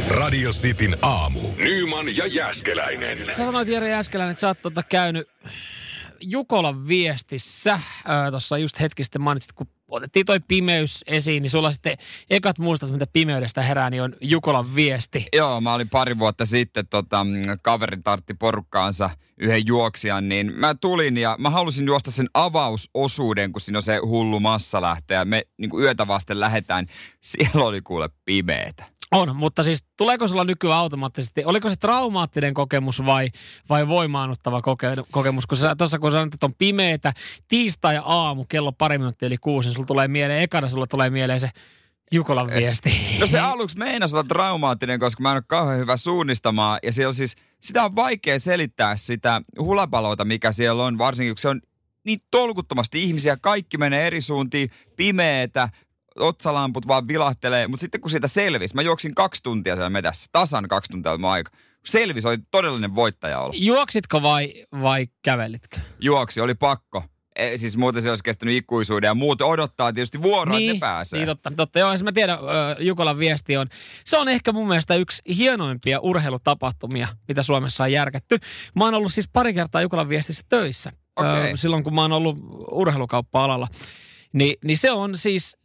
Radio Cityn aamu. Nyman ja Jääskeläinen. Sä sanoit Jere Jääskeläinen, että sä oot käynyt Jukolan viestissä. Tuossa just hetki sitten mainitsit, kun otettiin toi pimeys esiin, niin sulla sitten ekat muistat, mitä pimeydestä herää, niin on Jukolan viesti. Joo, mä olin pari vuotta sitten, kaveri tartti porukkaansa yhden juoksijan, niin mä tulin ja mä halusin juosta sen avausosuuden, kun siinä on se hullu massalähtö ja me niin kuin yötä vasten lähdetään. Siellä oli kuule pimeetä. On, mutta siis tuleeko sulla nykyään automaattisesti, oliko se traumaattinen kokemus vai voimaannuttava kokemus? Kun sä sanoit, että on pimeetä, tiistai-aamu, kello 6:05, niin sulla tulee mieleen se Jukolan viesti. No se aluksi meinasi olla traumaattinen, koska mä en ole kauhean hyvä suunnistamaan. Ja siellä on siis, sitä on vaikea selittää sitä hulapaloita, mikä siellä on, varsinkin kun se on niin tolkuttomasti ihmisiä. Kaikki menee eri suuntiin, pimeetä, otsalamput vaan vilahtelee. Mutta sitten kun siitä selvisi, mä juoksin 2 tuntia siellä metässä, tasan 2 tuntia oli aika. Selvisi, oli todellinen voittaja olla. Juoksitko vai kävelitkö? Juoksi, oli pakko. Siis muuten se olisi kestänyt ikuisuuden ja muuten odottaa tietysti vuoroa, että ne pääsee. Niin, totta. Joo, mä tiedän, Jukolan viesti on, se on ehkä mun mielestä yksi hienoimpia urheilutapahtumia, mitä Suomessa on järkätty. Mä oon ollut siis pari kertaa Jukolan viestissä töissä, silloin kun mä oon ollut urheilukauppa-alalla. Niin se on siis,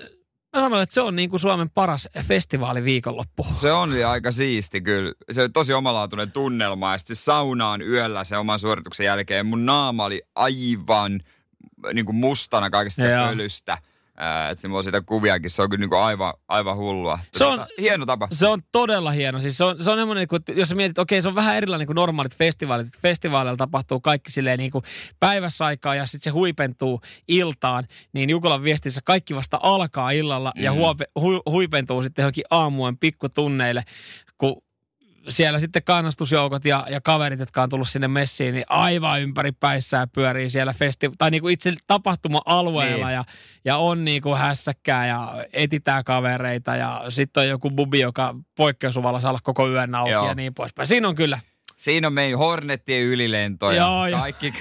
mä sanoin, että se on niin kuin Suomen paras festivaaliviikonloppu. Se on aika siisti kyllä. Se on tosi omalaatuinen tunnelma ja sitten saunaan yöllä sen oman suorituksen jälkeen. Mun naama oli aivan niin kuin mustana kaikesta pölystä. Että mulla on sitä kuviakin. Se on kyllä niin kuin aivan hullua. Se on hieno tapa. Se on todella hieno. Siis se on semmoinen, jos sä mietit, okei, se on vähän erilainen kuin normaalit festivaalit. Festivaaleilla tapahtuu kaikki silleen niin kuin päiväsaikaa ja sitten se huipentuu iltaan. Niin Jukolan viestissä kaikki vasta alkaa illalla ja huipentuu sitten johonkin aamujen pikkutunneille, kun siellä sitten kannustusjoukot ja kaverit, jotka on tullut sinne messiin, niin aivan ympäri päissään pyörii siellä tai niin kuin itse tapahtuma-alueella niin. ja on niin kuin hässäkkää ja etitään kavereita ja sitten on joku bubi, joka poikkeusluvalla saa olla koko yön auki ja niin poispäin. Siinä on kyllä. Siinä on meidän Hornettien ylilentoja. Kaikki.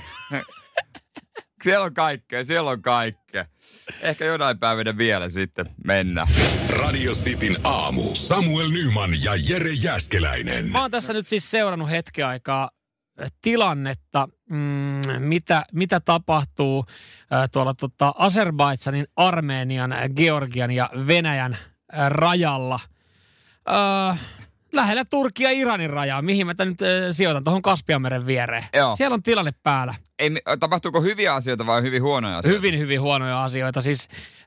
Siellä on kaikkea. Ehkä jonain päivänä vielä sitten mennään. Radio Cityn aamu. Samuel Nyman ja Jere Jääskeläinen. Mä oon tässä nyt siis seurannut hetken aikaa tilannetta, mitä tapahtuu tuolla Azerbaidžanin, Armenian, Georgian ja Venäjän rajalla. Lähellä Turkia ja Iranin rajaa, mihin mä nyt sijoitan, tuohon Kaspianmeren viereen. Joo. Siellä on tilanne päällä. Tapahtuuko hyviä asioita vai hyvin huonoja asioita? Hyvin huonoja asioita. Siis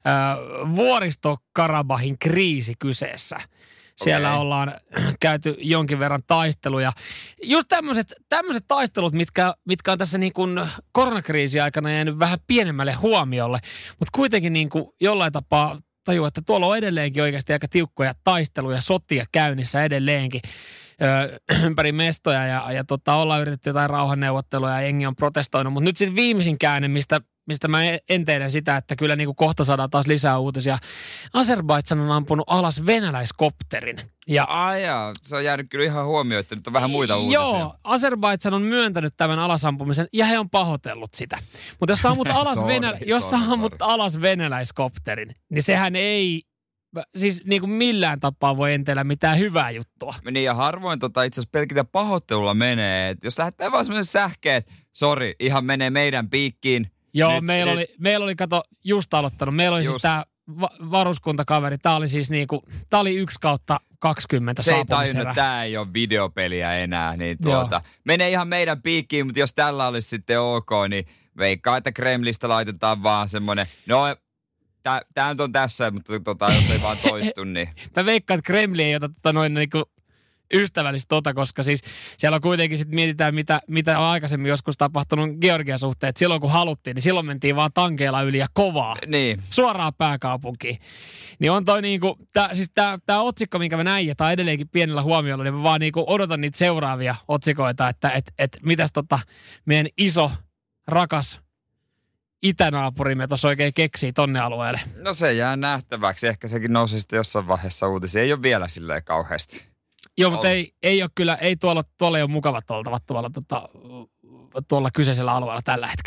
Vuoristo-Karabahin kriisi kyseessä. Siellä ollaan käyty jonkin verran taisteluja. Just tämmöiset taistelut, mitkä on tässä niin kuin koronakriisin aikana jäänyt vähän pienemmälle huomiolle, mutta kuitenkin niin kuin jollain tapaa tajua, että tuolla on edelleenkin oikeasti aika tiukkoja taisteluja, sotia käynnissä edelleenkin ympäri mestoja ja ollaan yritetty jotain rauhanneuvotteluja ja jengi on protestoinut. Mutta nyt sitten viimeisin käänne, mistä mä enteilen sitä, että kyllä niin kuin kohta saadaan taas lisää uutisia. Azerbaidžan on ampunut alas venäläiskopterin. Se on jäänyt kyllä ihan huomioon, että nyt on vähän muita uutisia. Joo, Azerbaidžan on myöntänyt tämän alasampumisen ja he on pahoitellut sitä. Mutta jos sä ammut alas venäläiskopterin, niin sehän ei siis niin kuin millään tapaa voi enteellä mitään hyvää juttua. Niin ja harvoin itse asiassa pelkitä pahoittelulla menee. Et jos lähtee vaan semmoinen sähkeä, että sori, ihan menee meidän piikkiin. Joo, meillä oli kato just aloittanut. Meillä oli siis tämä varuskuntakaveri. Tämä oli siis niinku, tämä oli 1/20 se ei tajunnut, tämä ei ole videopeliä enää. Niin menee ihan meidän piikkiin, mutta jos tällä olisi sitten ok, niin veikkaa, että Kremlistä laitetaan vaan semmoinen, Tämä nyt on tässä, mutta jos ei vaan toistu, niin. Mä veikkaan, että Kremli ei ota niinku ystävällistä koska siis siellä kuitenkin sitten mietitään, mitä on aikaisemmin joskus tapahtunut Georgian suhteen. Että silloin kun haluttiin, niin silloin mentiin vaan tankeilla yli ja kovaa. Niin. Suoraan pääkaupunkiin. Niin on toi niinku, tää otsikko, minkä mä näin, ja tää edelleenkin pienellä huomiolla, niin mä vaan niinku odotan niitä seuraavia otsikoita, että mitäs meidän iso, rakas itänaapurimme tuossa oikein keksii tonne alueelle. No se jää nähtäväksi. Ehkä sekin nousi sitten jossain vaiheessa uutisia. Ei ole vielä silleen kauheasti. Joo, mutta ei ole kyllä, ei tuolla ei ole mukavat oltavat tuolla kyseisellä alueella tällä hetkellä.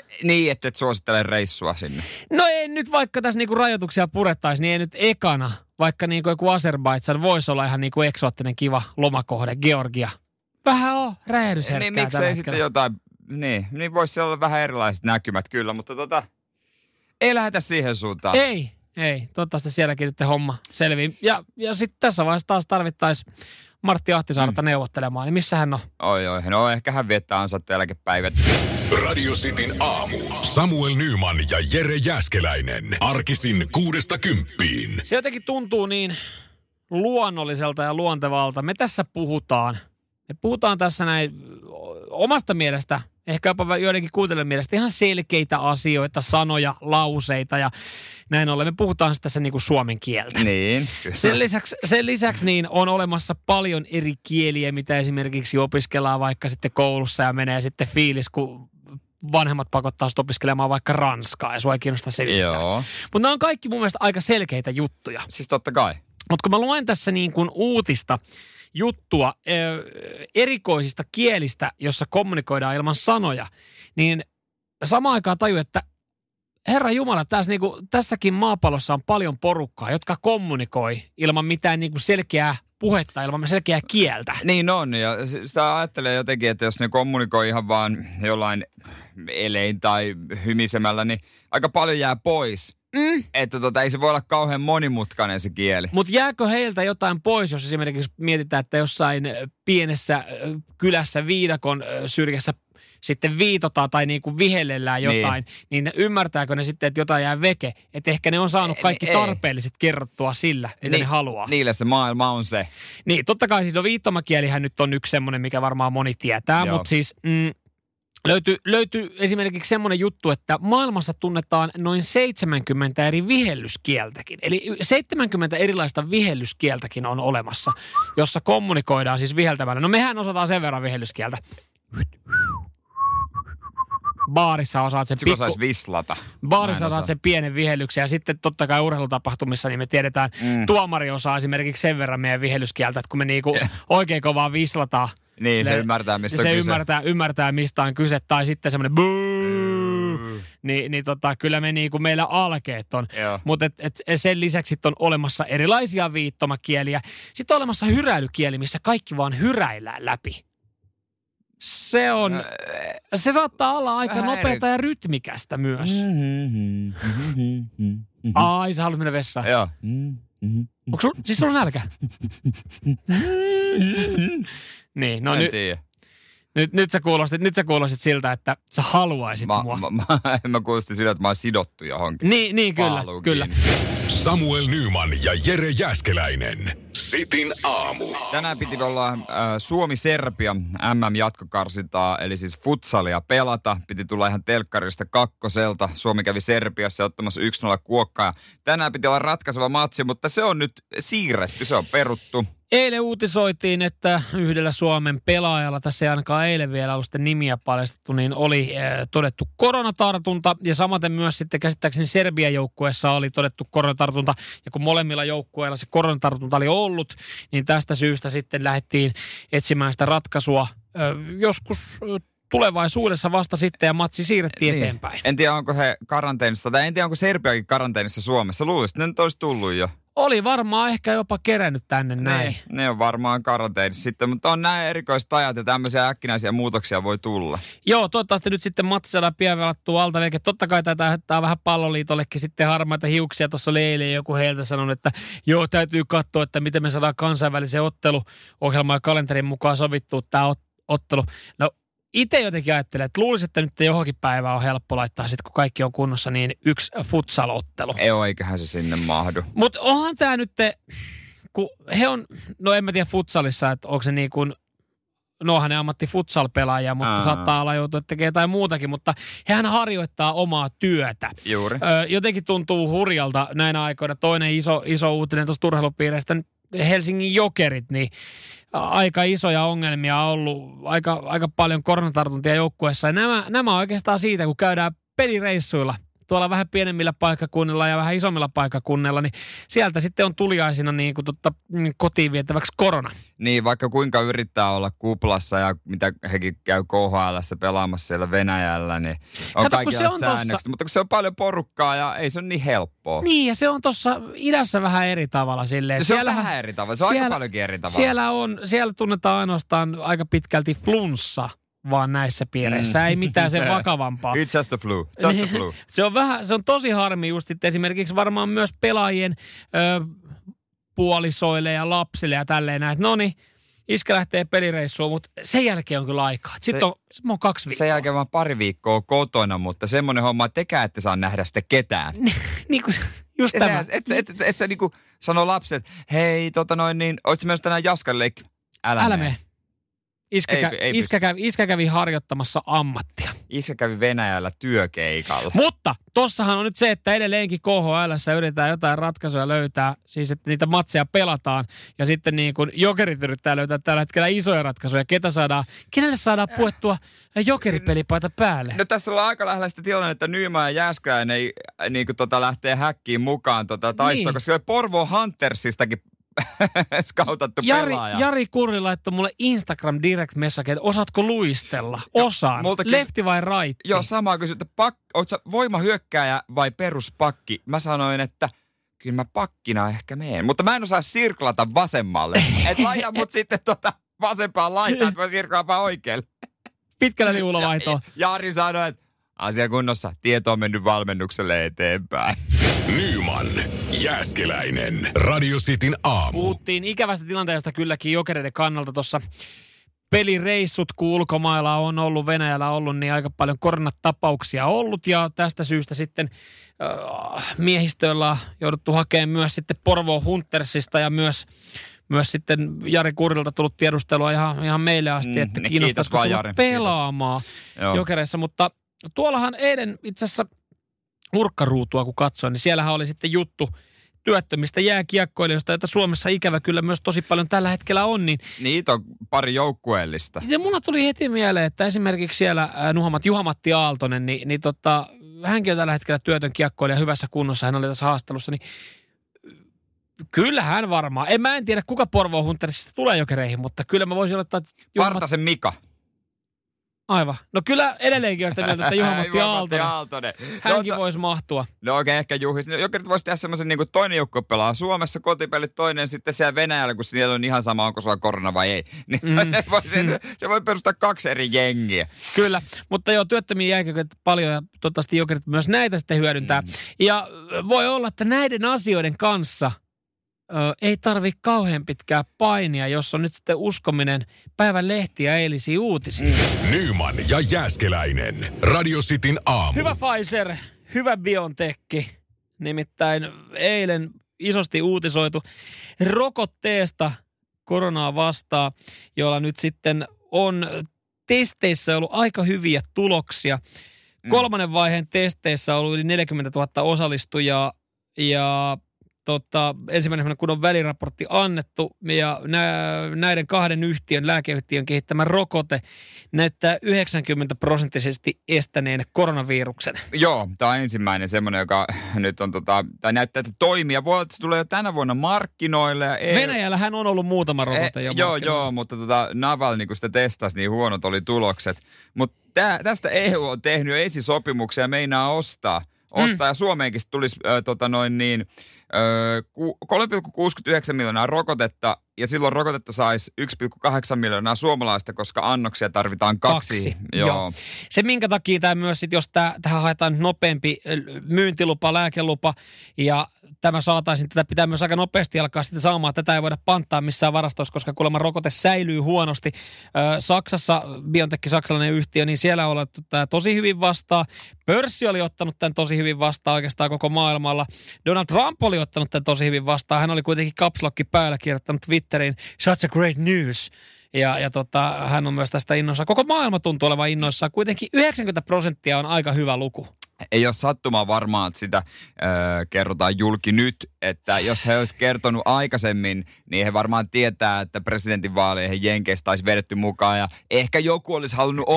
Niin, että et suosittele reissua sinne. No ei nyt, vaikka tässä niinku rajoituksia purettaisiin, niin ei nyt ekana, vaikka niinku joku Azerbaidžan voisi olla ihan niinku eksoottinen kiva lomakohde, Georgia. Vähän on räjähdysherkkää Niin miksei sitten jotain, niin voisi olla vähän erilaiset näkymät kyllä, mutta ei lähdetä siihen suuntaan. Ei. Toivottavasti sielläkin nyt homma selvii. Ja sitten tässä vaiheessa taas tarvittaisiin Martti Ahtisaarta neuvottelemaan, niin missä hän on? Oi, no ehkä hän viettää ansattu eläkepäivät. Radio Cityn aamu. Samuel Nyman ja Jere Jääskeläinen. Arkisin 6–10. Se jotenkin tuntuu niin luonnolliselta ja luontevalta. Me puhutaan tässä näin omasta mielestä, ehkä jopa joidenkin kuuntelijoiden mielestä ihan selkeitä asioita, sanoja, lauseita ja näin ollen. Me puhutaan tässä niin kuin suomen kieltä. Niin. Sen lisäksi niin on olemassa paljon eri kieliä, mitä esimerkiksi opiskellaan vaikka sitten koulussa ja menee sitten fiilis, kun vanhemmat pakottaa sitä opiskelemaan vaikka ranskaa ja sua ei kiinnosta se yhtään. Mutta nämä on kaikki mun mielestä aika selkeitä juttuja. Siis totta kai. Mutta kun mä luen tässä niin kuin uutista, juttua erikoisista kielistä, jossa kommunikoidaan ilman sanoja, niin samaan aikaan tajuu, että Herra Jumala, tässäkin maapallossa on paljon porukkaa, jotka kommunikoi ilman mitään niin kuin selkeää puhetta, ilman selkeää kieltä. Niin on, ja sitä ajattelee jotenkin, että jos ne kommunikoi ihan vaan jollain elein tai hymisemällä, niin aika paljon jää pois. Että ei se voi olla kauhean monimutkainen se kieli. Mutta jääkö heiltä jotain pois, jos esimerkiksi mietitään, että jossain pienessä kylässä viidakon syrjässä sitten viitotaan tai niin kuin vihellellään jotain, niin ymmärtääkö ne sitten, että jotain jää veke? Että ehkä ne on saanut kaikki tarpeelliset kerrottua sillä, mitä ne haluaa. Niille se maailma on se. Niin, totta kai siis viittomakielihän nyt on yksi semmoinen, mikä varmaan moni tietää, mutta siis löytyy esimerkiksi semmoinen juttu, että maailmassa tunnetaan noin 70 eri vihellyskieltäkin. Eli 70 erilaista vihellyskieltäkin on olemassa, jossa kommunikoidaan siis viheltämällä. No mehän osataan sen verran vihellyskieltä. Baarissa osaat sen osaat sen pienen vihellyksen ja sitten totta kai urheilutapahtumissa niin me tiedetään, tuomari osaa esimerkiksi sen verran meidän vihellyskieltä, että kun me niinku oikein kovaa vislataan. Niin, se ymmärtää, mistä on kyse. Ymmärtää, mistä on kyse. Tai sitten semmoinen niin kyllä me niinku meillä alkeet on. Mutta sen lisäksi on olemassa erilaisia viittomakieliä. Sitten on olemassa hyräilykieli, missä kaikki vaan hyräillään läpi. Se saattaa olla aika nopeata ja rytmikästä myös. Ai, sä haluat mennä vessaan? Joo. Onko sulla nälkä? Niin, no nyt sä kuulostit siltä, että sä haluaisit mua. Mä kuulostin siltä, että mä oon sidottu johonkin. Niin kyllä. Samuel Nyman ja Jere Jääskeläinen. Cityn aamu. Tänään piti olla Suomi-Serbia MM-jatkokarsintaa, eli siis futsalia pelata. Piti tulla ihan telkkarista kakkoselta. Suomi kävi Serbiassa ottamassa 1-0 kuokkaa. Tänään piti olla ratkaiseva matsi, mutta se on nyt siirretty, se on peruttu. Eilen uutisoitiin, että yhdellä Suomen pelaajalla, tässä ei ainakaan eilen vielä ollut sitten nimiä paljastettu, niin oli todettu koronatartunta. Ja samaten myös sitten käsittääkseni Serbian joukkueessa oli todettu koronatartunta. Ja kun molemmilla joukkueilla se koronatartunta oli ollut, niin tästä syystä sitten lähdettiin etsimään sitä ratkaisua joskus tulevaisuudessa vasta sitten ja matsi siirrettiin eteenpäin. En tiedä, onko he karanteenissa, tai en tiedä, onko Serbiakin karanteenissa Suomessa. Luulisin, että ne nyt olisi tullut jo. Oli varmaan ehkä jopa kerännyt tänne näin. Ne on varmaan karanteenissa sitten, mutta on näin erikoiset ajat ja tämmöisiä äkkinäisiä muutoksia voi tulla. Joo, toivottavasti nyt sitten matsi saadaan pian velattua alta. Totta kai tätä aiheuttaa vähän Palloliitollekin sitten harmaita hiuksia. Tuossa oli eilen joku heiltä sanonut, että joo, täytyy katsoa, että miten me saadaan kansainvälisen otteluohjelman ja kalenterin mukaan sovittua tämä ottelu. No, itse jotenkin ajattelen, että luulisin, että nyt johonkin päivään on helppo laittaa sitten, kun kaikki on kunnossa, niin yksi futsal-ottelu. Eiköhän se sinne mahdu. Mutta onhan tämä nyt, kun he on, no en mä tiedä futsalissa, että onko se niin kuin, onhan ne ammatti-futsal-pelaajia, mutta saattaa olla joutua tekemään jotain muutakin, mutta hehän harjoittaa omaa työtä. Juuri. Jotenkin tuntuu hurjalta näinä aikoina. Toinen iso uutinen tuosta urheilupiireistä, Helsingin Jokerit, niin aika isoja ongelmia on ollut, aika paljon koronatartuntia joukkueessa. Ja nämä oikeastaan siitä, kun käydään pelireissuilla tuolla vähän pienemmillä paikkakunnilla ja vähän isommilla paikkakunnilla, niin sieltä sitten on tuliaisina niin kuin kotiin vietäväksi korona. Niin, vaikka kuinka yrittää olla kuplassa ja mitä hekin käy KHL:ssä pelaamassa siellä Venäjällä, niin on kaikilla säännökset. Mutta kun se on paljon porukkaa ja ei se ole niin helppoa. Niin, ja se on tuossa idässä vähän eri tavalla silleen. Se on vähän eri tavalla, se on aika paljonkin eri tavalla. Siellä tunnetaan ainoastaan aika pitkälti flunssa vaan näissä piireissä. Ei mitään sen vakavampaa. It's just a flu. Just a flu. Se on tosi harmi just esimerkiksi varmaan myös pelaajien puolisoille ja lapsille ja tälleen näin. No niin, iskä lähtee pelireissuun, mutta sen jälkeen on kyllä aikaa. Sitten on 2 viikkoa. Sen jälkeen vaan 2 viikkoa kotona, mutta semmoinen homma, että tekää, ette saa nähdä sitä ketään. Niin kuin just tämä. Et sä niinku sano lapset, hei ootko myös tänään Jaskan leikki? Älä mene. Iskä kävi harjoittamassa ammattia. Iskä kävi Venäjällä työkeikalla. Mutta tossahan on nyt se, että edelleenkin KHL:ssä yritetään jotain ratkaisuja löytää. Siis, että niitä matseja pelataan. Ja sitten niin kuin Jokerit yrittää löytää tällä hetkellä isoja ratkaisuja. Kenelle saadaan puettua jokeripelipaita päälle? No tässä ollaan aika lähellä sitä tilannetta, että Nyman ja Jääskeläinen ei lähtee häkkiin mukaan taistoon. Niin. Koska Porvoo Huntersistakin skautattu pelaaja. Jari Kurri laittoi mulle Instagram direct message, että osaatko luistella? Osaan. Lefti vai right? Joo, samaa kysy, että oot sä voimahyökkääjä vai peruspakki? Mä sanoin, että kyllä mä pakkina ehkä meen. Mutta mä en osaa sirklata vasemmalle. Et laita mut sitten vasempaan laitaan, että mä sirklaanpa oikealle. Pitkällä liulla vaihtoa. Jari sanoi, että asia kunnossa. Tieto on mennyt valmennukselle eteenpäin. Nyman, Jääskeläinen, Radio Cityn aamu. Puhuttiin ikävästä tilanteesta kylläkin Jokereiden kannalta tuossa. Pelireissut, kun ulkomailla on ollut, Venäjällä ollut, niin aika paljon koronatapauksia ollut. Ja tästä syystä sitten miehistöllä on jouduttu hakemaan myös sitten Porvoo Huntersista ja myös sitten Jari Kurrilta tullut tiedustelua ihan meille asti, että kiinnostaisiko tulla pelaamaan Jokereissa. Mutta tuollahan eilen itse asiassa urkkaruutua kun katsoin, niin siellähän oli sitten juttu työttömistä jääkiekkoilijoista, joita Suomessa ikävä kyllä myös tosi paljon tällä hetkellä on. Niitä on pari joukkueellista. Ja mulla tuli heti mieleen, että esimerkiksi siellä Juha-Matti Aaltonen, niin hänkin on tällä hetkellä työtön kiekkoilija hyvässä kunnossa, hän oli tässä haastattelussa, niin kyllä hän varmaan. Mä en tiedä, kuka Porvoo Huntersista tulee Jokereihin, mutta kyllä mä voisin olettaa, että Partasen Mika. Aivan. No kyllä edelleenkin on sitä mieltä, että Juha-Matti Aaltonen. Hänkin voisi mahtua. No okei, ehkä Juhis. Jokerit voisi tehdä semmoisen, niin kuin toinen joukko pelaa Suomessa, kotipelit toinen sitten siellä Venäjällä, kun siellä on ihan sama, onko sulla korona vai ei. Niin se voi perustaa 2 eri jengiä. Kyllä, mutta joo, työttömiä jääkiekkoilijoita paljon ja toivottavasti Jokerit myös näitä sitten hyödyntää. Ja voi olla, että näiden asioiden kanssa ei tarvitse kauhean pitkää painia, jos on nyt sitten uskominen päivän lehtiä eilisiä uutisia. Nyman ja Jääskeläinen. Radio Cityn aamu. Hyvä Pfizer, hyvä BioNTech. Nimittäin eilen isosti uutisoitu rokotteesta koronaa vastaan, jolla nyt sitten on testeissä ollut aika hyviä tuloksia. 3. vaiheen testeissä on ollut yli 40 000 osallistujaa ja ensimmäinen kun on väliraportti annettu ja näiden 2 lääkeyhtiön kehittämä rokote näyttää 90% estäneen koronaviruksen. Joo, tämä on ensimmäinen semmoinen, joka nyt on tai näyttää, että toimii. Ja voi olla, että se tulee jo tänä vuonna markkinoille. Ja Venäjällähän on ollut muutama rokote jo Joo, mutta Navalny, kun sitä testasi, niin huonot oli tulokset. Mutta tästä EU on tehnyt jo esisopimuksia ja meinaa ostaa. Ja Suomeenkin tulisi 3,69 miljoonaa rokotetta ja silloin rokotetta saisi 1,8 miljoonaa suomalaista, koska annoksia tarvitaan 2. Joo. Se minkä takia tämä myös, jos tähän haetaan nopeampi myyntilupa, lääkelupa ja tämä saataisiin, tätä pitää myös aika nopeasti alkaa sitten saamaan. Tätä ei voida panttaa missään varastossa, koska kuulemma rokote säilyy huonosti. Saksassa, BioNTech saksalainen yhtiö, niin siellä on otettu tämä tosi hyvin vastaan. Pörssi oli ottanut tämän tosi hyvin vastaan oikeastaan koko maailmalla. Donald Trump oli ottanut tämän tosi hyvin vastaan. Hän oli kuitenkin capslocki päällä kirjoittanut Twitteriin, such a great news. Ja hän on myös tästä innoissaan. Koko maailma tuntuu olevan innoissaan. Kuitenkin 90% on aika hyvä luku. Ei ole sattumaa varmaan, että sitä kerrotaan julki nyt, että jos he olisi kertonut aikaisemmin, niin he varmaan tietää, että presidentinvaaleihin Jenkeistä olisi vedetty mukaan ja ehkä joku olisi halunnut omia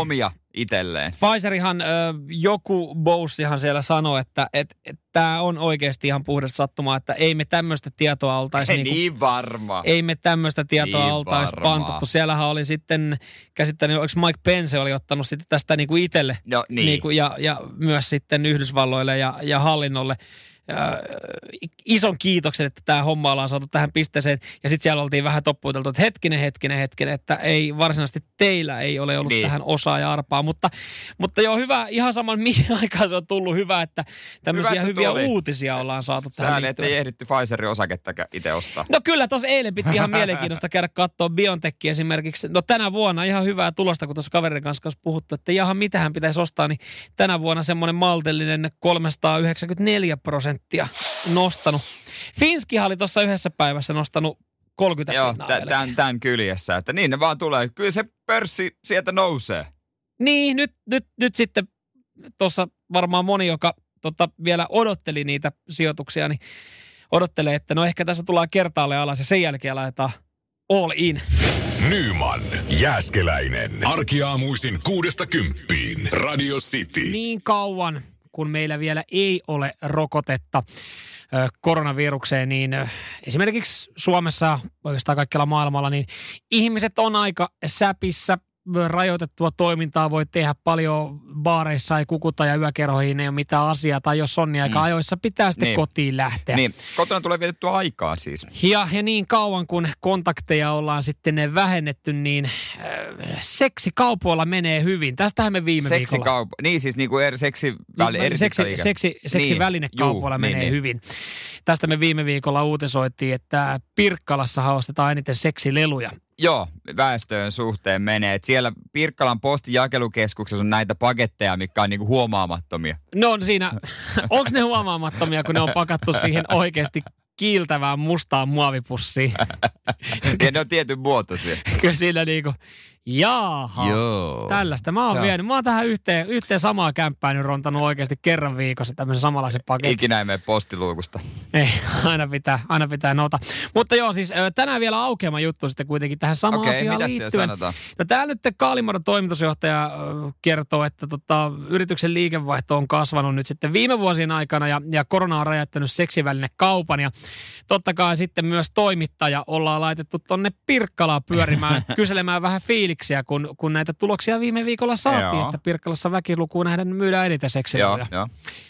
itselleen. Pfizerihan, joku Bowsihan siellä sanoi, että tämä on oikeasti ihan puhdas sattumaa, että ei me tämmöistä tietoa oltaisi... Niin varma. Ei me tämmöistä tietoa Niin oltaisi varmaa. pantuttu. Siellähän oli sitten, käsittänyt, oliko Mike Pence oli ottanut sitten tästä niin kuin itselle No niin. niin kuin, ja myös sitten Yhdysvalloille ja hallinnolle ison kiitoksen, että tämä homma ollaan saatu tähän pisteeseen. Ja sitten siellä oltiin vähän toppuuteltu, että hetkinen, että ei varsinaisesti teillä ei ole ollut tähän osaa ja arpaa. Mutta joo, hyvä, ihan saman mihin aikaan se on tullut hyvä, että tämmöisiä hyviä uutisia ollaan saatu tähän Sähän liittyen. ettei ehditty Pfizerin osaketta itse ostaa. No kyllä, tuossa eilen piti ihan mielenkiintoista käydä katsoa BioNTechia esimerkiksi. No tänä vuonna ihan hyvää tulosta, kun tuossa kaverin kanssa puhuttu, että jaha, mitähän pitäisi ostaa, niin tänä vuonna semmoinen maltillinen 394% nostanut. Finskihan oli tuossa yhdessä päivässä nostanut 30 Joo, pinnaa. tämän kyljessä, että niin ne vaan tulee. Kyllä se pörssi sieltä nousee. Niin, nyt sitten tuossa varmaan moni, joka vielä odotteli niitä sijoituksia, niin odottelee, että no ehkä tässä tullaan kertaalle alas ja sen jälkeen laitetaan all in. Nyman, Jääskeläinen. Arkiaamuisin 6–10. Radio City. Niin kauan, kun meillä vielä ei ole rokotetta koronavirukseen, niin esimerkiksi Suomessa, oikeastaan kaikkialla maailmalla, niin ihmiset on aika säpissä. Rajoitettua toimintaa voi tehdä paljon, baareissa ei kukuta ja yökerhoihin ei ole mitään asiaa, tai jos on niin aika ajoissa, pitää sitten kotiin lähteä. Niin, kotona tulee vietettyä aikaa siis. Ja niin kauan kun kontakteja ollaan sitten vähennetty, niin seksikaupoilla menee hyvin. Tästähän me viime viikolla... Niin siis niinku seksivälinekaupoilla menee hyvin. Tästä me viime viikolla uutisoitiin, että Pirkkalassahan ostetaan eniten seksileluja. Joo, väestöön suhteen menee. Et siellä Pirkkalan postijakelukeskuksessa on näitä paketteja, mitkä on niinku huomaamattomia. No on siinä, onko ne huomaamattomia, kun ne on pakattu siihen oikeasti kiiltävään mustaan muovipussiin? Ja ne on tietyn muotoisia. Kyllä siinä niinku, jaaha, joo. Tällaista. Mä oon vienyt. Mä oon tähän yhteen samaa kämppää nyt rontanut oikeasti kerran viikossa tämmöisen samanlaisen paketin. Ikinä ei mene postiluukusta. Ei, aina pitää nota. Mutta joo, siis tänään vielä aukeama juttu sitten kuitenkin tähän samaan asiaan mitä liittyen. siellä sanotaan? No täällä nyt Kaalimadon toimitusjohtaja kertoo, että yrityksen liikevaihto on kasvanut nyt sitten viime vuosien aikana ja korona on räjäyttänyt seksivälinekaupan ja totta kai sitten myös toimittaja ollaan laitettu tonne Pirkkalaan pyörimään, kyselemään vähän fiiliksiä, kun näitä tuloksia viime viikolla saatiin, Joo. että Pirkkalassa väkilukuun nähden myydään eniten seksileluja. Joo.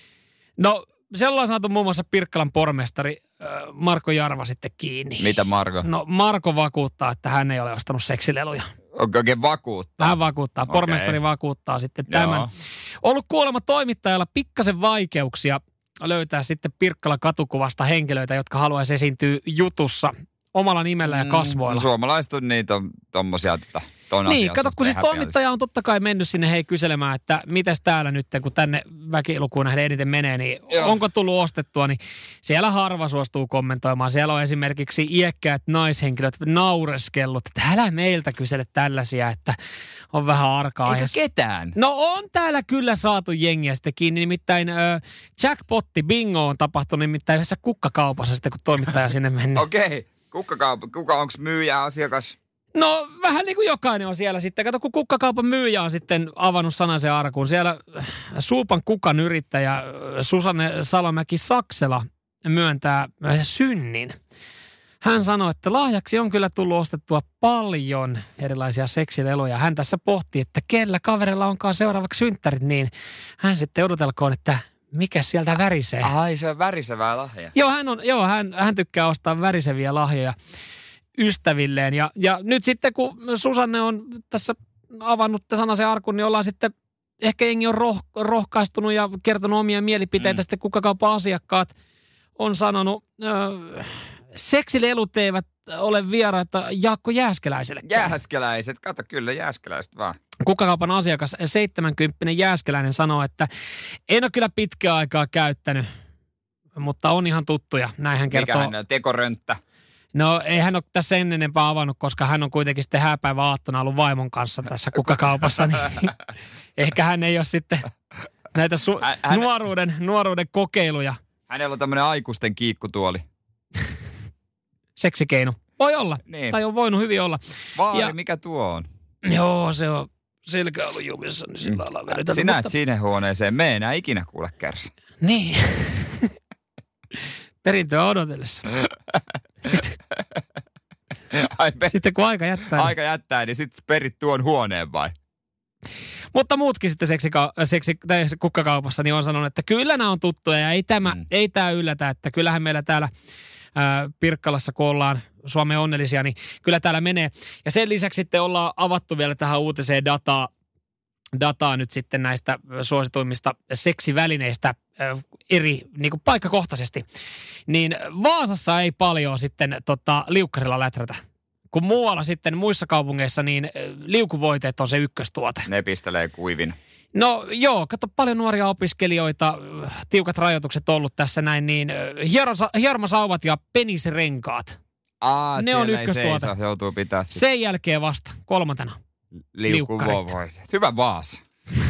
No, siellä on saatu muun muassa Pirkkalan pormestari Marko Jarva sitten kiinni. Mitä Marko? No, Marko vakuuttaa, että hän ei ole ostanut seksileluja. Oikein vakuuttaa. Hän vakuuttaa, pormestari vakuuttaa sitten tämän. Joo. Ollut kuulemma toimittajalla pikkasen vaikeuksia löytää sitten Pirkkala katukuvasta henkilöitä, jotka haluaisi esiintyä jutussa omalla nimellä ja kasvoilla. Suomalaiset on niitä tommosia Niin, kato, kun siis toimittaja on totta kai mennyt sinne kyselemään, että mitäs täällä nyt, kun tänne väkilukuun nähden eniten menee, niin onko tullut ostettua, niin siellä harva suostuu kommentoimaan. Siellä on esimerkiksi iäkkäät naishenkilöt naureskellut, että älä meiltä kysele tällaisia, että on vähän arkaa. Eikä ketään. No on täällä kyllä saatu jengiä sitten kiinni, nimittäin jackpotti, bingo on tapahtunut nimittäin yhdessä kukkakaupassa sitten, kun toimittaja sinne meni. Okei. Kuka onko myyjä, asiakas? No vähän niin kuin jokainen on siellä sitten. Kato, kun kukkakaupan myyjä on sitten avannut sanaisen arkun. Siellä Suupan kukan yrittäjä Susanne Salomäki-Saksela myöntää synnin. Hän sanoi, että lahjaksi on kyllä tullut ostettua paljon erilaisia seksileluja. Hän tässä pohti, että kellä kaverilla onkaan seuraavaksi synttärit, niin hän sitten odotelkoon, että mikä sieltä värisee. Ai, se on värisevää lahja. Joo, hän tykkää ostaa väriseviä lahjoja ystävilleen. Ja nyt sitten, kun Susanne on tässä avannut sanaisen arkun, niin ollaan sitten, ehkä jengi on rohkaistunut ja kertonut omia mielipiteitä. Sitten kukkakaupan asiakkaat on sanonut, seksilelut eivät ole vieraita Jaakko Jääskeläiselle. Jääskeläiset, kato kyllä, jääskeläiset vaan. Kukkakaupan asiakas, 70 Jääskeläinen sanoo, että en ole kyllä pitkää aikaa käyttänyt, mutta on ihan tuttuja. Näin hän kertoo. Mikä hän on, tekorönttä? No ei hän ole tässä enempää avannut, koska hän on kuitenkin sitten hääpäivän aattona ollut vaimon kanssa tässä kukkakaupassa. Niin ehkä hän ei ole sitten näitä nuoruuden kokeiluja. Hänellä on tämmöinen aikuisten kiikkutuoli. Seksikeino. Voi olla. Niin. Tai on voinut hyvin olla. Vaari, mikä tuo on? Joo, selkä ollut jumissa, niin sillä lailla vedetään. Sinä et sinne huoneeseen mene enää ikinä kuule kärsi. Niin. Perintöä odotellessa. Sitten kun aika jättää. Aika jättää, niin sitten perit tuon huoneen vai? Mutta muutkin sitten kukkakaupassa niin on sanonut, että kyllä nämä on tuttuja ja ei tämä yllätä, että kyllähän meillä täällä Pirkkalassa, kun ollaan Suomen onnellisia, niin kyllä täällä menee. Ja sen lisäksi sitten ollaan avattu vielä tähän uutiseen dataa nyt sitten näistä suosituimmista seksivälineistä eri niin kuin paikkakohtaisesti. Niin Vaasassa ei paljon sitten liukkarilla läträtä. Kun muualla sitten muissa kaupungeissa, niin liukuvoiteet on se ykköstuote. Ne pistelee kuivin. No joo, kato paljon nuoria opiskelijoita, tiukat rajoitukset ollut tässä näin, niin hiermasauvat ja penisrenkaat. Ne on ykköstuote. Seiso, joutuu pitää sitä. Sen jälkeen vasta, 3. liukkuvoiteet. Hyvä Vaasa.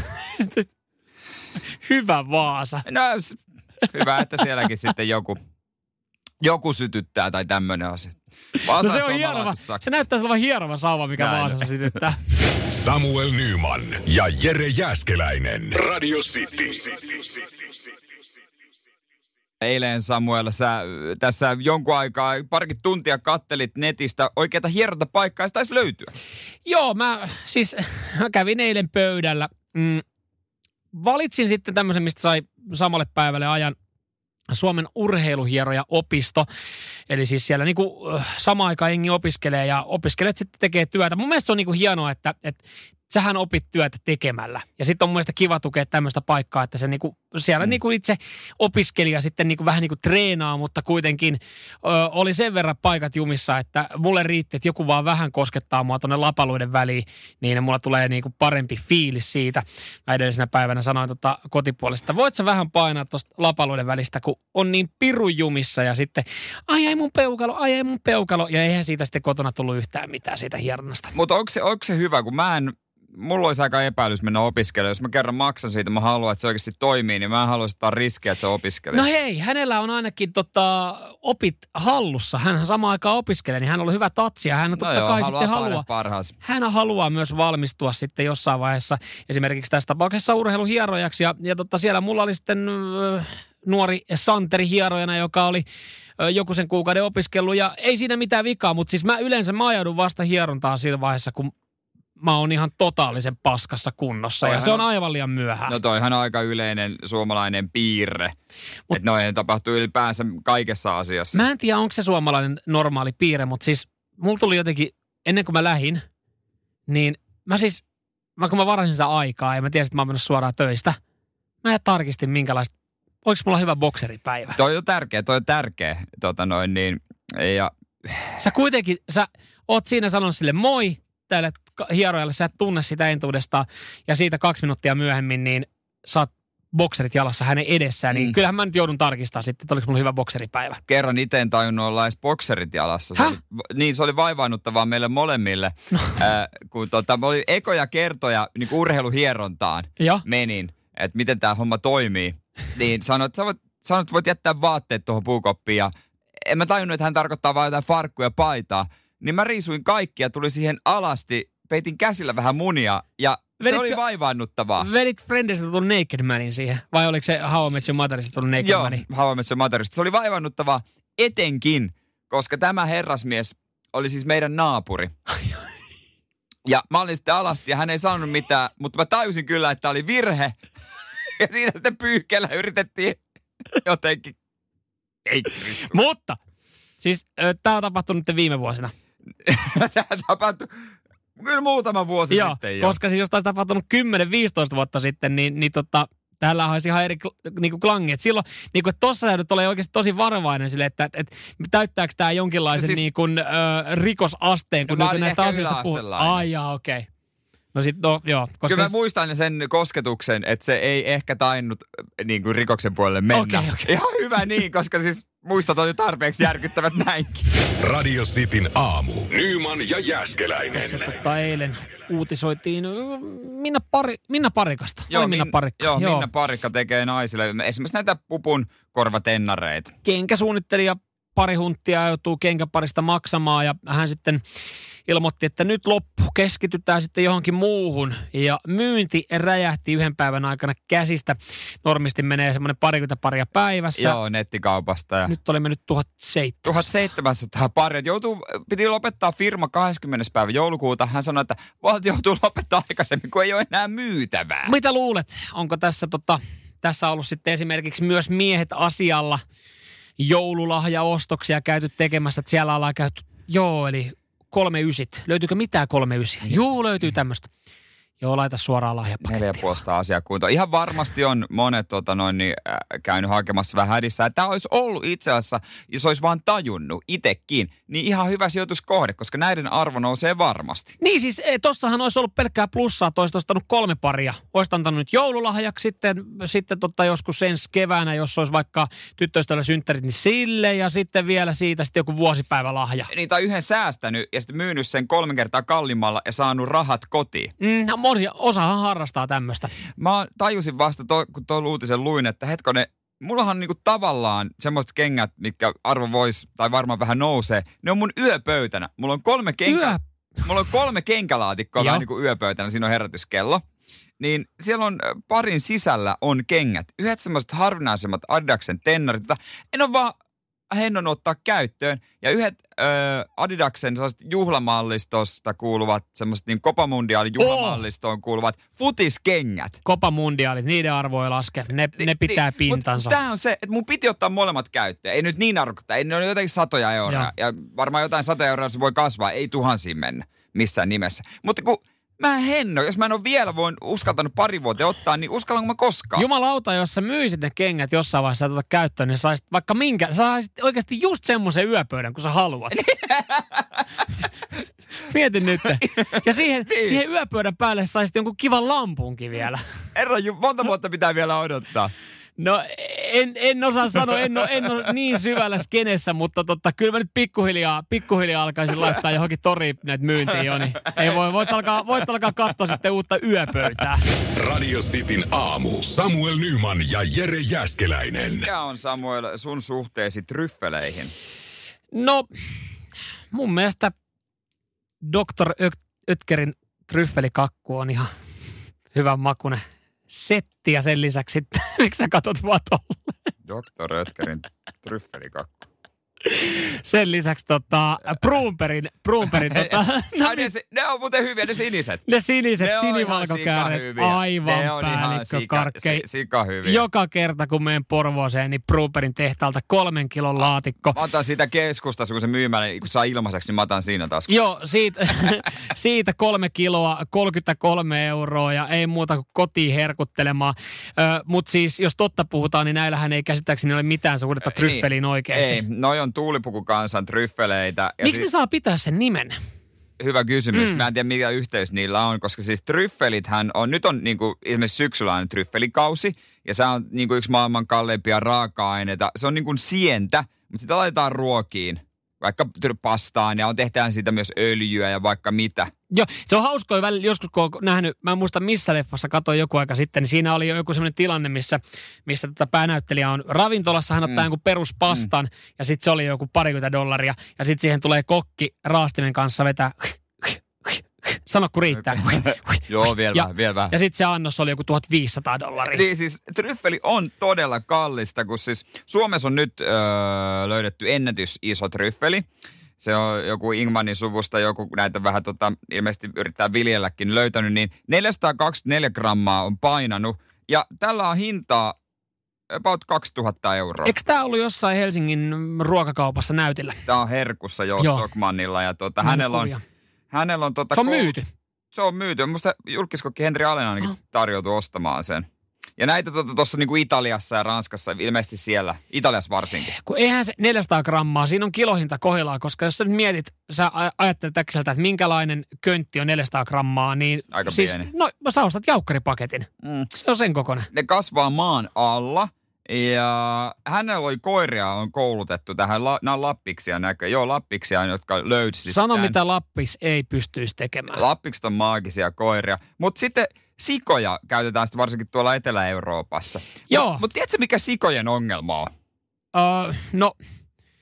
Hyvä Vaasa. No hyvä, että sielläkin sitten joku sytyttää tai tämmöinen asia. No se on hierova. Se näyttää olevan hierova sauva, mikä Vaasassa sytyttää. Samuel Nyman ja Jere Jääskeläinen. Radio City. Eilen Samuel, sä tässä jonkun aikaa, parikin tuntia kattelit netistä oikeata hierontapaikkaa, se taisi löytyä. Joo, mä kävin eilen pöydällä. Valitsin sitten tämmöisen, mistä sai samalle päivälle ajan Suomen urheiluhieroja-opisto. Eli siis siellä niinku samaan aikaan jengi opiskelee ja opiskelijat sitten tekee työtä. Mun mielestä se on niinku hienoa, että sähän opit työtä tekemällä. Ja sitten on mun mielestä kiva tukea tämmöistä paikkaa, että se niinku, siellä niinku itse opiskelija sitten niinku vähän niinku treenaa, mutta kuitenkin oli sen verran paikat jumissa, että mulle riitti, että joku vaan vähän koskettaa mua tuonne lapaluiden väliin, niin mulla tulee niinku parempi fiilis siitä. Mä edellisenä päivänä sanoin kotipuolesta, että voit sä vähän painaa tuosta lapaluiden välistä, kun on niin pirun jumissa ja sitten ai ei mun peukalo. Ja eihän siitä sitten kotona tullut yhtään mitään siitä hieronnasta. Mutta onko se hyvä, kun mulla olisi aika epäilys mennä opiskelemaan. Jos mä kerran maksan siitä, mä haluan, että se oikeasti toimii, niin mä en haluaisi ottaa riskiä, että se opiskelee. No hei, hänellä on ainakin opit hallussa. Hän samaan aikaan opiskelee, niin hän on ollut hyvä tatsi ja hän totta kai sitten haluaa. Hän haluaa myös valmistua sitten jossain vaiheessa esimerkiksi tässä tapauksessa urheiluhierojaksi. Ja siellä mulla oli sitten nuori Santeri hierojana, joka oli joku sen kuukauden opiskellut ja ei siinä mitään vikaa, mutta siis mä yleensä ajaudun vasta hierontaa siinä vaiheessa, kun mä oon ihan totaalisen paskassa kunnossa ja se on aivan liian myöhään. No toihan on aika yleinen suomalainen piirre, että noihin tapahtuu ylipäänsä kaikessa asiassa. Mä en tiedä, onko se suomalainen normaali piirre, mutta siis mulla tuli jotenkin, ennen kuin mä lähdin, niin kun mä varasin sitä aikaa ja mä tiesin, että mä oon mennyt suoraan töistä, mä tarkistin minkälaista, oliko mulla hyvä bokseripäivä. Toi on tärkeä. Ja Sä oot siinä sanonut sille moi, tälle hierojalle, sä et tunne sitä entuudestaan, ja siitä 2 minuuttia myöhemmin, niin saat bokserit jalassa hänen edessään, niin kyllähän mä nyt joudun tarkistamaan sitten, että oliko mulla hyvä bokseripäivä. Kerran itse en tajunnut olla edes bokserit jalassa. Se oli vaivaannuttavaa meille molemmille, kun oli ekoja kertoja niin urheiluhierontaan menin, että miten tämä homma toimii. Niin sanoit, että voit jättää vaatteet tuohon puukoppiin, ja en mä tajunnut, että hän tarkoittaa vain jotain farkkuja ja paitaa. Niin mä riisuin kaikki ja tuli siihen alasti, peitin käsillä vähän munia ja se oli vaivaannuttavaa. Vedit Friendistä tullut Naked Manin siihen? Vai oliko se How I Met Your Motherista tullut Naked Mani? Joo, How I Met Your Motherista. Se oli vaivaannuttavaa etenkin, koska tämä herrasmies oli siis meidän naapuri. Ja mä olin sitten alasti ja hän ei sanonut mitään, mutta mä tajusin kyllä, että oli virhe. Ja siinä sitten pyyhkeellä yritettiin jotenkin. Mutta siis tämä on tapahtunut viime vuosina. Tämä tapahtui kyllä muutama vuosi sitten jo. Koska siis jos taisi tapahtunut 10-15 vuotta sitten, niin täällä olisi ihan eri niinku klangi. Et silloin, niinku, että tossa sä nyt ole oikeasti tosi varovainen sille, että täyttääkö tämä jonkinlaisen siis, niinku, rikosasteen, kun niinku näistä asioista puhutaan. Ai jaa, okei. No sit, joo. Koska kyllä mä muistan sen kosketuksen, että se ei ehkä tainnut niin kuin rikoksen puolelle mennä. Okay. Ihan hyvä niin, koska siis muistot on jo tarpeeksi järkyttävät näinkin. Radio Cityn aamu. Nyman ja Jääskeläinen. Eilen uutisoitiin Minna Parikasta. Joo, Minna Parikka tekee naisille esimerkiksi näitä pupun korvatennareita. Kenkäsuunnittelija pari hunttia joutuu kenkäparista maksamaan ja hän sitten ilmoitti, että nyt loppu, keskitytään sitten johonkin muuhun. Ja myynti räjähti yhden päivän aikana käsistä. Normisti menee semmoinen 20 paria päivässä. Joo, nettikaupasta. Ja nyt oli mennyt 1700. 1700 paria. Piti lopettaa firma 20. päivä joulukuuta. Hän sanoi, että joutuu lopettaa aikaisemmin, kun ei ole enää myytävää. Mitä luulet? Onko tässä ollut sitten esimerkiksi myös miehet asialla joululahjaostoksia käyty tekemässä, että siellä ollaan käyty, eli 39. Löytyykö mitään 39? Juu, löytyy tämmöistä. Joo, laita suoraan lahjapakettiin. 4,5 asiaa kuntoon. Ihan varmasti on monet käynyt hakemassa vähän hädissä. Tämä olisi ollut itse asiassa, jos olisi vaan tajunnut itsekin, niin ihan hyvä sijoituskohde, koska näiden arvo nousee varmasti. Niin siis, tossahan olisi ollut pelkkää plussaa, että olisi ostanut 3 paria. Olisi antanut nyt joululahjaksi sitten joskus ensi keväänä, jos olisi vaikka tyttöystävällä synttärit, niin sille ja sitten vielä siitä sitten joku vuosipäivälahja. Niin, tai yhden säästänyt ja sitten myynyt sen 3 kertaa kalliimmalla ja saanut rahat kotiin. Osahan harrastaa tämmöistä. Mä tajusin vasta, kun tuon uutisen luin, että hetkonen, mullahan on niinku tavallaan semmoiset kengät, mitkä arvo voisi, tai varmaan vähän nousee. Ne on mun yöpöytänä. Mulla on 3 kenkälaatikkoa vähän niin kuin yöpöytänä, siinä on herätyskello. Niin siellä on parin sisällä on kengät. Yhdet semmoiset harvinaisemmat Adidaksen tennarit, jota en ole vaan hennon ottaa käyttöön. Ja yhdet Adidaksen juhlamallistosta kuuluvat, semmoiset niin Copa Mundialin juhlamallistoon kuuluvat futiskengät. Copa Mundialit, niiden arvo ei laske. Ne pitää pintansa. Mutta tämä on se, että mun piti ottaa molemmat käyttöön. Ei nyt niin arvokasta, ei ne ole jotenkin 100 euroa. Ja varmaan jotain 100 euroa se voi kasvaa, ei tuhansiin mennä missään nimessä. Mutta kun mä jos mä en ole vielä uskaltanut pari vuotta ottaa, niin uskallanko mä koskaan? Jumalauta, jos sä myisit ne kengät jossain vaiheessa ja käyttöön, niin saisit vaikka saisit oikeasti just semmoisen yöpöydän, kun sä haluat. Mietin nyt. Ja siihen yöpöydän päälle saisit jonkun kivan lampunkin vielä. Monta vuotta pitää vielä odottaa. No en osaa sanoa, en ole niin syvällä skenessä, mutta kyllä mä nyt pikkuhiljaa alkaisin laittaa johonkin toriin näitä myyntiin jo, niin ei voit alkaa katsoa sitten uutta yöpöytää. Radio Cityn aamu. Samuel Nyman ja Jere Jääskeläinen. Mikä on, Samuel, sun suhteesi tryffeleihin? No, mun mielestä Dr. Oetkerin tryffelikakku on ihan hyvän makuinen setti ja sen lisäksi sitten, miksi sä katot vaan tolle? Dr. Oetkerin tryffelikakku. Sen lisäksi Brunbergin ne on muuten hyviä, ne siniset. Ne siniset, sinivalkokääret, aivan päällikkökarkkeja. Sika hyviä. Joka kerta, kun menen Porvooseen, niin Brunbergin tehtaalta 3 kilon laatikko. Mä otan siitä keskustassa, kun se myymään, kun saa ilmaiseksi, niin mä otan siinä taas. Joo, siitä 3 kiloa, 33 euroa ja ei muuta kuin kotiin herkuttelemaan. Mutta siis, jos totta puhutaan, niin näillähän ei käsittääkseni ole mitään suhdetta tryffeliin oikeasti. Ei, noi on tuulipukukansan tryffeleitä. Miksi ne saa pitää sen nimen? Hyvä kysymys. Mä en tiedä, mikä yhteys niillä on, koska siis tryffelithän on, nyt on niinku esimerkiksi syksyllä on tryffelikausi, ja se on niinku yksi maailman kalleimpia raaka-aineita. Se on niinku sientä, mutta sitä laitetaan ruokiin, vaikka pastaan, ja tehdään siitä myös öljyä ja vaikka mitä. Joo, se on hauskoa välillä, joskus kun on nähnyt, mä en muista missä leffassa, katsoin joku aika sitten, niin siinä oli joku sellainen tilanne, missä päänäyttelijä on ravintolassa, hän ottaa jonkun peruspastan, ja sitten se oli joku $20, ja sitten siihen tulee kokki raastimen kanssa vetää, sano kun riittää. Joo, vielä vähän. Ja sitten se annos oli joku $1,500. Niin siis tryffeli on todella kallista, kun siis Suomessa on nyt löydetty ennätys iso tryffeli. Se on joku Ingmanin suvusta, joku näitä vähän ilmeisesti yrittää viljelläkin löytänyt, niin 424 grammaa on painanut. Ja tällä on hintaa about 2,000 euroa. Eikö tämä ollut jossain Helsingin ruokakaupassa näytillä? Tämä on herkussa Stockmannilla ja hänellä on se on myyty. Se on myyty. Minusta julkiskokki Henri Alén ainakin tarjoutui ostamaan sen. Ja näitä tuossa niinku Italiassa ja Ranskassa, ilmeisesti siellä, Italiassa varsinkin. Kun eihän se 400 grammaa, siinä on kilohinta kohdillaan, koska jos sä nyt mietit, sä ajattelet äkkiseltä, että minkälainen köntti on 400 grammaa, niin aika siis, pieni. No sä ostat jaukkaripaketin. Se on sen kokoinen. Ne kasvaa maan alla. Ja hänellä oli koiria, on koulutettu tähän, nämä on lappiksia näköjään. Joo, lappiksia, jotka löysi. Sano, mitä lappis ei pystyisi tekemään. Lappikset on maagisia koiria. Mutta sitten sikoja käytetään sitten varsinkin tuolla Etelä-Euroopassa. Joo. Mutta tiedätkö, mikä sikojen ongelma on? No,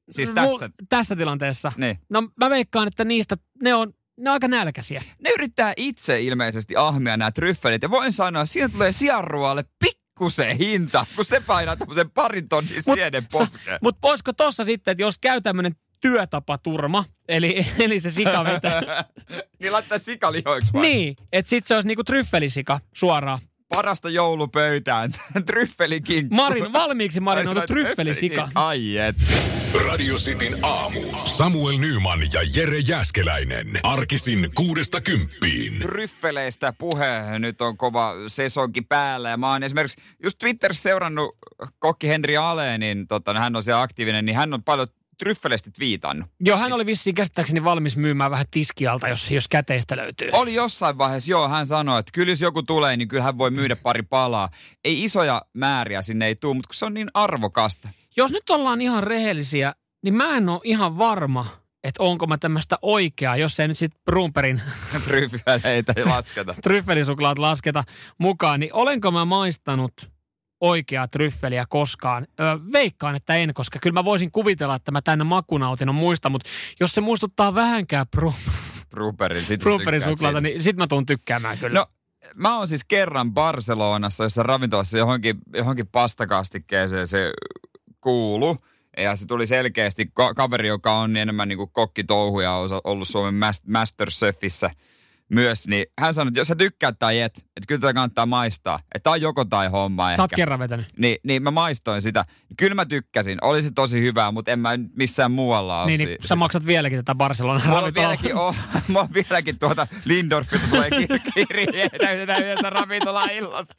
Siis tässä? Tässä tilanteessa. Niin. No mä veikkaan, että niistä ne on aika nälkäisiä. Ne yrittää itse ilmeisesti ahmia nämä tryffelit. Ja voin sanoa, että siinä tulee sianruoalle pikkusen hinta, kun se painaa tämmöisen 2 tonnin sienen poskeen. Mutta voisiko tossa sitten, että jos käy tämmöinen työtapaturma, eli se sika vetää. Niin laittaa sikalihoiksi vai? Niin, että sitten se olisi niinku tryffelisika suoraan. Parasta joulupöytään. Tryffelikinkku. Valmiiksi marinoitu tryffelisika. Ai et. Radio Cityn aamu. Samuel Nyman ja Jere Jääskeläinen. Arkisin 6–10. Tryffeleistä puhe. Nyt on kova sesonki päällä. Ja mä oon esimerkiksi just Twitterissä seurannut kokki Henri Aleenin, hän on siellä aktiivinen, niin hän on paljon tryffeleistä twiitannut. Joo, hän oli vissiin käsittääkseni valmis myymään vähän tiskialta, jos käteistä löytyy. Oli jossain vaiheessa, joo, hän sanoi, että kyllä jos joku tulee, niin kyllä hän voi myydä pari palaa. Ei isoja määriä sinne ei tule, mutta kun se on niin arvokasta. Jos nyt ollaan ihan rehellisiä, niin mä en ole ihan varma, että onko mä tämmöistä oikeaa, jos ei nyt sitten Brumperin tryffeleitä lasketa. Tryffelisuklaat lasketa mukaan, niin olenko mä maistanut oikeaa tryffeliä koskaan? Veikkaan, että en, koska kyllä mä voisin kuvitella, että mä tänne makunautin muista, mutta jos se muistuttaa vähänkään Brumperin suklaata, niin sit mä tuun tykkäämään kyllä. No, mä oon siis kerran Barcelonassa, jossa ravintolassa johonkin pastakastikkeeseen se kuulu. Ja se tuli selkeästi kaveri, joka on enemmän niin kuin kokkitouhuja, on ollut Suomen Masterchefissä myös, niin hän sanoi, että jos sä tykkäät tai et, että kyllä tätä kannattaa maistaa. Että tää on joko tai homma ehkä. Sä oot kerran vetänyt. Niin mä maistoin sitä. Kyllä mä tykkäsin. Oli se tosi hyvää, mutta en mä missään muualla ole. Niin sä maksat vieläkin tätä Barcelonan ravintolaa. Mulla on vieläkin tuota Lindorfilta tulee kirjeitä yhdessä ravintolaan illassa.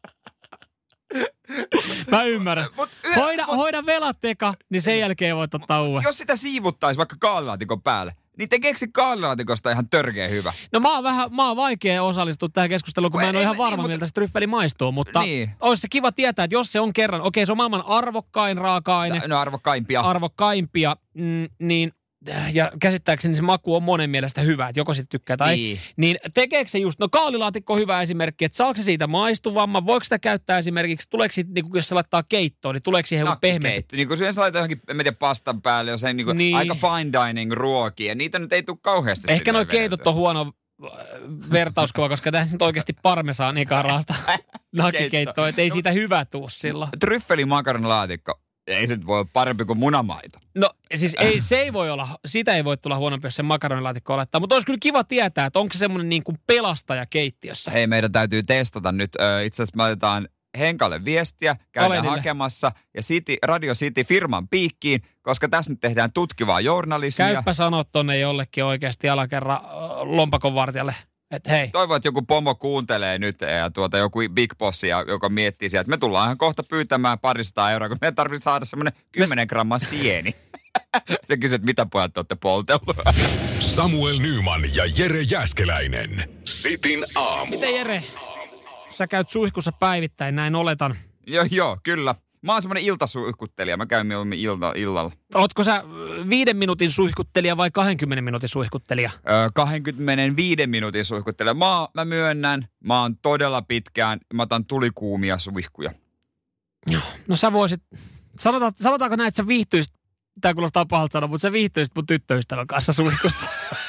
Mä ymmärrän. Hoida velat teka, niin sen jälkeen voit ottaa uuden. Jos sitä siivuttaisi vaikka kaalilaatikon päälle, niin tekeekö se kaalilaatikosta ihan törkeä hyvä? No mä oon vaikea osallistua tähän keskusteluun, kun mä en ole ihan varma, miltä se tryffeli maistuu. Mutta olisi se kiva tietää, että jos se on kerran, se on maailman arvokkain raaka-aine. No arvokkaimpia, niin ja käsittääkseni se maku on monen mielestä hyvä, että joko sitten tykkää tai niin tekeekö se just, kaalilaatikko on hyvä esimerkki, että saako se siitä maistuvamman, voiko sitä käyttää esimerkiksi, tuleeko siitä, niin jos se laittaa keittoon, niin tuleeko siihen pehmeämpi? Niin kun se laittaa johonkin, en tiedä, pastan päälle, jos ei niin. Aika fine dining ruokia, niitä nyt ei tule kauheasti. Ehkä nuo keitot on huono vertauskuva, koska tässä nyt oikeasti parmesaanikaan raasta nakkikeittoa, että ei siitä hyvä tuu silloin. Tryffeli makaronilaatikko. Ei se voi olla parempi kuin munamaito. No siis sitä ei voi tulla huonompi, jos sen makaronilaatikko olettaa. Mutta olisi kyllä kiva tietää, että onko se semmoinen niin kuin pelastaja keittiössä. Hei, meidän täytyy testata nyt. Itse asiassa me otetaan Henkalle viestiä, käydään hakemassa ja Radio City firman piikkiin, koska tässä nyt tehdään tutkivaa journalismia. Käyppä sanoa tonne jollekin oikeasti alakerran lompakon vartijalle. Et hei. Toivon, että joku pomo kuuntelee nyt ja joku big bossi, joka miettii sieltä, että me tullaan ihan kohta pyytämään 200 euroa, kun meidän tarvitsee saada semmoinen 10 gramman sieni. Se kysyy, että mitä pojat te olette poltellut. Samuel Nyman ja Jere Jääskeläinen. Cityn aamu. Miten Jere? Sä käyt suihkussa päivittäin, näin oletan. Joo, kyllä. Mä oon semmoinen iltasuihkuttelija. Mä käyn mieluummin illalla. Ootko sä 5 minuutin suihkuttelija vai 20 minuutin suihkuttelija? 25 minuutin suihkuttelija. Mä myönnän, mä oon todella pitkään, mä otan tulikuumia suihkuja. Joo. No sä voisit, sanotaanko näin, että sä viihtyisit, tää kuulostaa pahalta sanoa, mutta sä viihtyisit mun tyttöystävän kanssa suihkussa.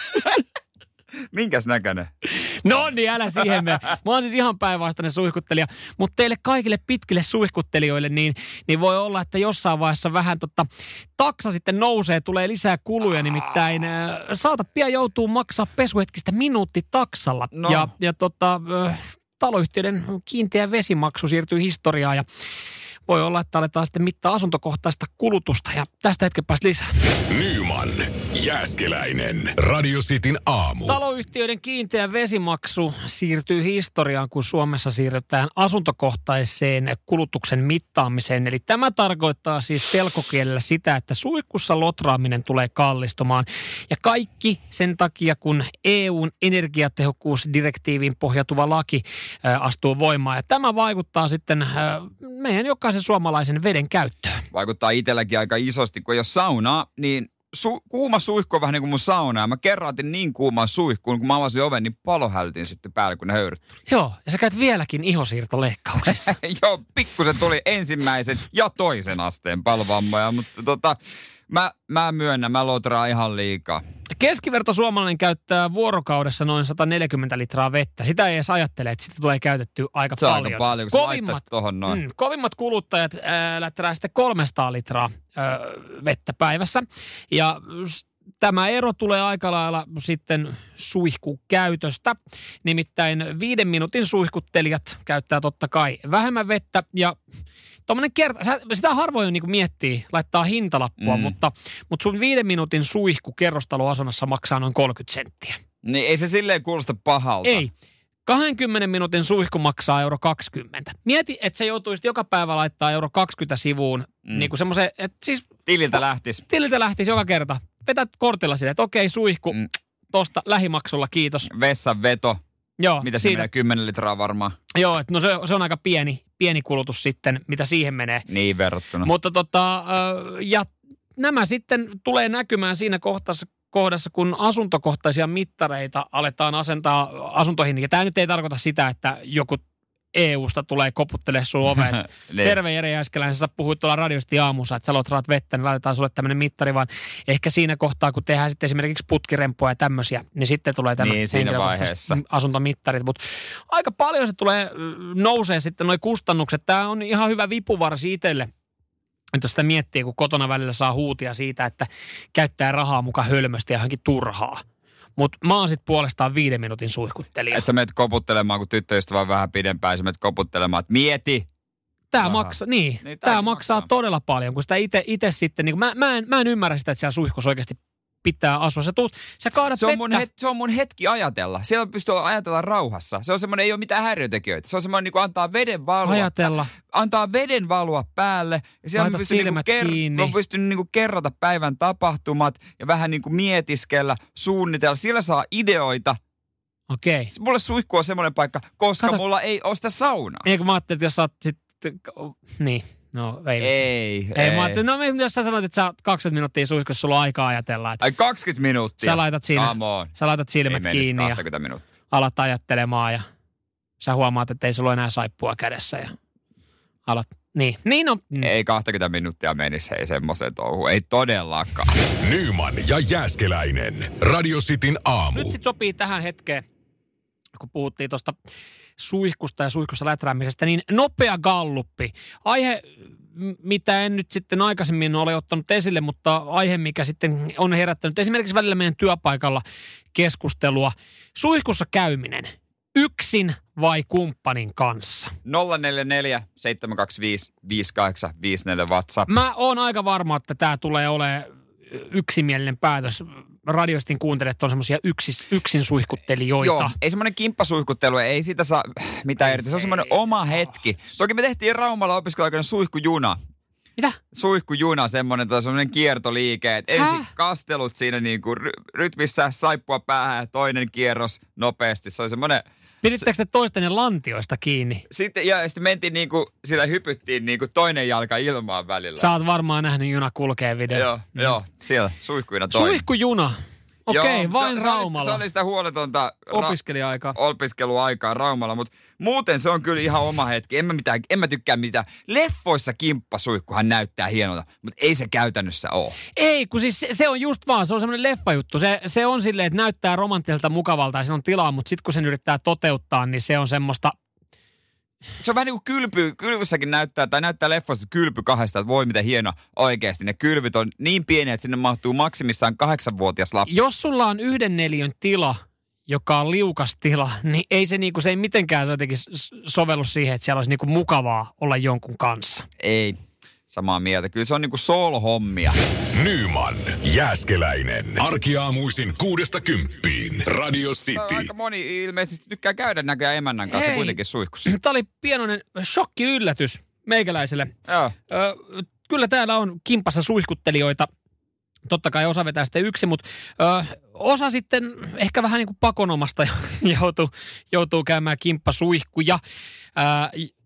Minkäs näköinen? No niin, älä siihen mene. Mä oon siis ihan päinvastainen suihkuttelija. Mutta teille kaikille pitkille suihkuttelijoille, niin voi olla, että jossain vaiheessa vähän taksa sitten nousee, tulee lisää kuluja. Nimittäin saata pian joutuu maksaa pesuhetkistä minuuttitaksalla. No. Ja taloyhtiöiden kiinteä vesimaksu siirtyy historiaan ja voi olla, että aletaan sitten mittaa asuntokohtaista kulutusta ja tästä hetken päästä lisää. Nyman, Jääskeläinen, Radio Cityn aamu. Taloyhtiöiden kiinteä vesimaksu siirtyy historiaan, kun Suomessa siirrytään asuntokohtaiseen kulutuksen mittaamiseen. Eli tämä tarkoittaa siis selkokielellä sitä, että suihkussa lotraaminen tulee kallistumaan. Ja kaikki sen takia, kun EUn energiatehokkuusdirektiiviin pohjautuva laki astuu voimaan. Ja tämä vaikuttaa sitten meidän jokaisen suomalaisen veden käyttöön. Vaikuttaa itselläkin aika isosti, kun jos saunaa, niin kuuma suihku on vähän niin kuin mun sauna. Ja mä kerran otin niin kuuman suihkuun, kun mä avasin oven, niin palohälytin sitten päälle, kun ne höyryt tuli. Joo, ja sä käyt vieläkin ihosiirtoleikkauksissa. Joo, pikkusen tuli ensimmäisen ja toisen asteen palovammoja, mutta Mä myönnän, mä lotraan ihan liikaa. Keskiverto suomalainen käyttää vuorokaudessa noin 140 litraa vettä. Sitä ei edes ajattele, että sitä tulee käytettyä aika se on paljon. aika paljon, kun sä laittaisit tohon noin. Kovimmat kuluttajat lähtää sitten 300 litraa vettä päivässä. Ja tämä ero tulee aika lailla sitten suihkukäytöstä. Nimittäin 5 minuutin suihkuttelijat käyttää totta kai vähemmän vettä ja tommonen sitä harvoin niin miettii, laittaa hintalappua, mutta sun 5 minuutin suihku kerrostaloasunnossa maksaa noin 30 senttiä. Niin ei se silleen kuulosta pahalta. Ei. 20 minuutin suihku maksaa €20. Mieti, että se joutuisi joka päivä laittaa €20 sivuun. Niin kuin semmoisen, että siis... Tililtä lähtisi. Tililtä lähtisi joka kerta. Vetät kortilla silleen, että okei, suihku tosta lähimaksulla, kiitos. Vessan veto. Joo, mitä se menee? 10 litraa varmaan. Joo, no se on aika pieni kulutus sitten, mitä siihen menee. Niin verrattuna. Mutta ja nämä sitten tulee näkymään siinä kohdassa, kun asuntokohtaisia mittareita aletaan asentaa asuntoihin. Ja tämä nyt ei tarkoita sitä, että joku EUsta tulee koputtelemaan sun oveen. Terve Jere Jääskeläinen, sä puhuit tuolla radiosti aamussa, että sä lotraat vettä, niin laitetaan sulle tämmöinen mittari, vaan ehkä siinä kohtaa, kun tehdään sitten esimerkiksi putkirempua ja tämmöisiä, niin sitten tulee tämä asuntomittarit. Mutta aika paljon se nousee sitten nuo kustannukset. Tämä on ihan hyvä vipuvarsi itselle. Jos sitä miettii, kun kotona välillä saa huutia siitä, että käyttää rahaa mukaan hölmösti ja johonkin turhaa. Mutta mä oon sit puolestaan 5 minuutin suihkuttelija. Et sä menet koputtelemaan, kun tyttöystävä on vähän pidempään, sä menet koputtelemaan, että mieti. Tää maksaa todella paljon, kun sitä itse sitten, niin mä en ymmärrä sitä, että siellä suihkussa oikeasti pitää asua. Sä kaadat vettä. Se on mun hetki ajatella. Siellä pystyy ajatella rauhassa. Se on semmoinen, ei ole mitään häiriötekijöitä. Se on semmoinen, niin kuin antaa veden valua. Ajatella. Antaa veden valua päälle. Ja siellä laitat silmät kiinni. Mä pystyn niin kuin kerrata päivän tapahtumat ja vähän niin kuin mietiskellä, suunnitella. Siellä saa ideoita. Okei. Mulle suihku on semmoinen paikka, koska mulla ei ole sitä saunaa. Niin kuin mä ajattelin, että jos sä oot sitten... Niin. No ei. Mä ajattelin, jos sä sanoit, että sä oot 20 minuuttia suihkussa, sulla on aikaa ajatella. Että 20 minuuttia? Sä laitat silmät kiinni ja alat ajattelemaan ja sä huomaat, että ei sulla ole enää saippua kädessä ja alat... Niin no. Ei 20 minuuttia menisi semmoiseen touhuun. Ei todellakaan. Nyman ja Jääskeläinen. Radio Cityn aamu. Nyt sit sopii tähän hetkeen, kun puhuttiin tuosta suihkusta ja suihkussa läträämisestä, niin nopea galluppi. Aihe, mitä en nyt sitten aikaisemmin ole ottanut esille, mutta aihe, mikä sitten on herättänyt esimerkiksi välillä meidän työpaikalla keskustelua. Suihkussa käyminen. Yksin vai kumppanin kanssa? 044 725 5854 WhatsApp. Mä oon aika varma, että tää tulee olemaan yksimielinen päätös. Radioistin kuuntelijat on semmoisia yksin suihkuttelijoita. Joo, ei semmoinen kimppasuihkuttelu, ei siitä saa mitään irti. Se on semmoinen oma hetki. Toki me tehtiin Raumalla opiskeluaikana suihkujuna. Mitä? Suihkujuna, semmoinen kiertoliike. Ensin kastelut siinä niin kuin rytmissä, saippua päähän ja toinen kierros nopeasti. Se oli semmoinen... Pidittekö te toistenne lantioista kiinni? Sitten mentiin niinku, sillä hypyttiin niinku toinen jalka ilmaan välillä. Sä oot varmaan nähnyt juna kulkee video. Joo, siellä suihkuina toinen. Suihkujuna? Okei, vain Raumalla. Se oli sitä huoletonta opiskeluaikaa Raumalla, mutta muuten se on kyllä ihan oma hetki. En mä tykkää mitään. Leffoissa kimppasuihkuhan näyttää hienolta, mutta ei se käytännössä ole. Ei, kun siis se on just vaan, se on semmoinen leffajuttu. Se on silleen, että näyttää romanttiselta mukavalta ja siinä on tilaa, mutta sitten kun sen yrittää toteuttaa, niin se on semmoista... Se on vähän niin kuin kylvyssäkin näyttää leffoista kylpy kahdesta, että voi miten hienoa oikeasti. Ne kylvyt on niin pieniä, että sinne mahtuu maksimissaan 8-vuotias lapsi. Jos sulla on 1 neliön tila, joka on liukas tila, niin se ei mitenkään jotenkin sovellu siihen, että siellä olisi niinku mukavaa olla jonkun kanssa. Ei, samaa mieltä. Kyllä se on niinku soul-hommia. Nyman, Jääskeläinen. Arkiaamuisin 6–10. Radio City. Aika moni ilmeisesti tykkää käydä näköjään emännän kanssa kuitenkin suihkussa. Tämä oli pienoinen shokki-yllätys meikäläiselle. Joo. Kyllä täällä on kimpassa suihkuttelijoita. Totta kai osa vetää sitten yksin, mutta osa sitten ehkä vähän niin kuin pakonomasta joutuu käymään kimppasuihkuja.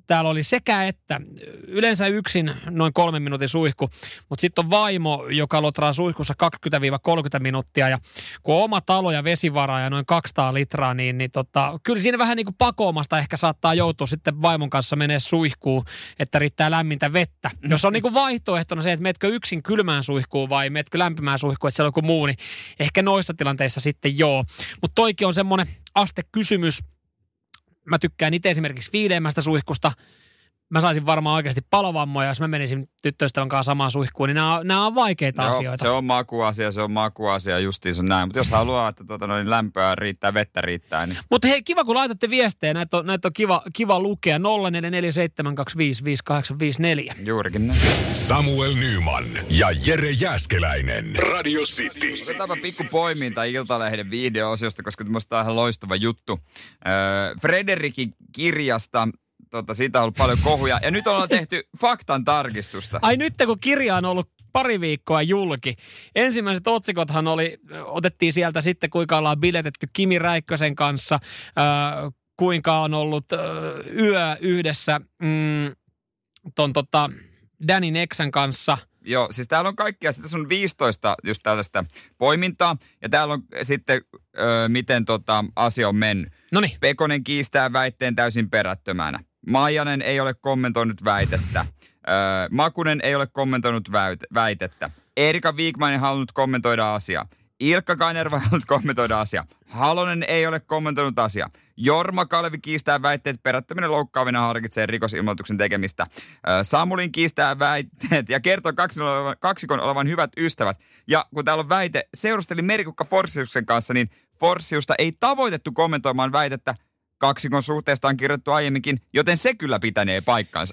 täällä oli sekä että yleensä yksin noin 3 minuutin suihku, mutta sitten on vaimo, joka lotraa suihkussa 20-30 minuuttia ja kun on oma talo ja vesivara ja noin 200 litraa, niin kyllä siinä vähän niin kuin pakoomasta ehkä saattaa joutua sitten vaimon kanssa menee suihkuun, että riittää lämmintä vettä. Jos on niin kuin vaihtoehtona se, että meetkö yksin kylmään suihkuun vai meetkö lämpimään suihkuun, että siellä on joku muu, niin ehkä noissa tilanteissa sitten joo. Mutta toikin on semmoinen astekysymys. Mä tykkään itse esimerkiksi viileämmästä suihkusta. Mä saisin varmaan oikeasti palovammoja, jos mä menisin tyttöystävän kanssa samaan suihkuun, niin nämä on vaikeita asioita. Se on makuasia justiinsa näin. Mutta jos haluaa, että lämpöä riittää, vettä riittää. Niin. Mutta hei, kiva kun laitatte viestejä. Näitä on kiva lukea. 0447255854. Juurikin näin. Samuel Nyman ja Jere Jääskeläinen. Radio City. Otetaanpa pikku poiminta Iltalehden video-osiosta, koska minusta on ihan loistava juttu. Frederikin kirjasta. Siitä on ollut paljon kohuja. Ja nyt ollaan tehty faktan tarkistusta. Ai nyt kun kirja on ollut pari viikkoa julki. Ensimmäiset otsikothan otettiin sieltä sitten, kuinka ollaan biletetty Kimi Räikkösen kanssa, kuinka on ollut yö yhdessä Danny Nexän kanssa. Joo, siis täällä on kaikkia, tässä on 15 just tällaista poimintaa, ja täällä on sitten, miten asia on mennyt. Noniin. Pekonen kiistää väitteen täysin perättömänä. Maijanen ei ole kommentoinut väitettä. Makunen ei ole kommentoinut väitettä. Erika Wigman ei halunnut kommentoida asiaa. Ilkka Kanerva ei halunnut kommentoida asiaa. Halonen ei ole kommentoinut asiaa. Jorma Kalvi kiistää väitteet perättöminen loukkaavina harkitsee rikosilmoituksen tekemistä. Samulin kiistää väitteet ja kertoo kaksikon olevan hyvät ystävät. Ja kun täällä on väite, seurusteli Merikukka Forsiuksen kanssa, niin Forsiusta ei tavoitettu kommentoimaan väitettä. Kaksikon suhteesta on kirjoittu aiemminkin, joten se kyllä pitänee paikkansa.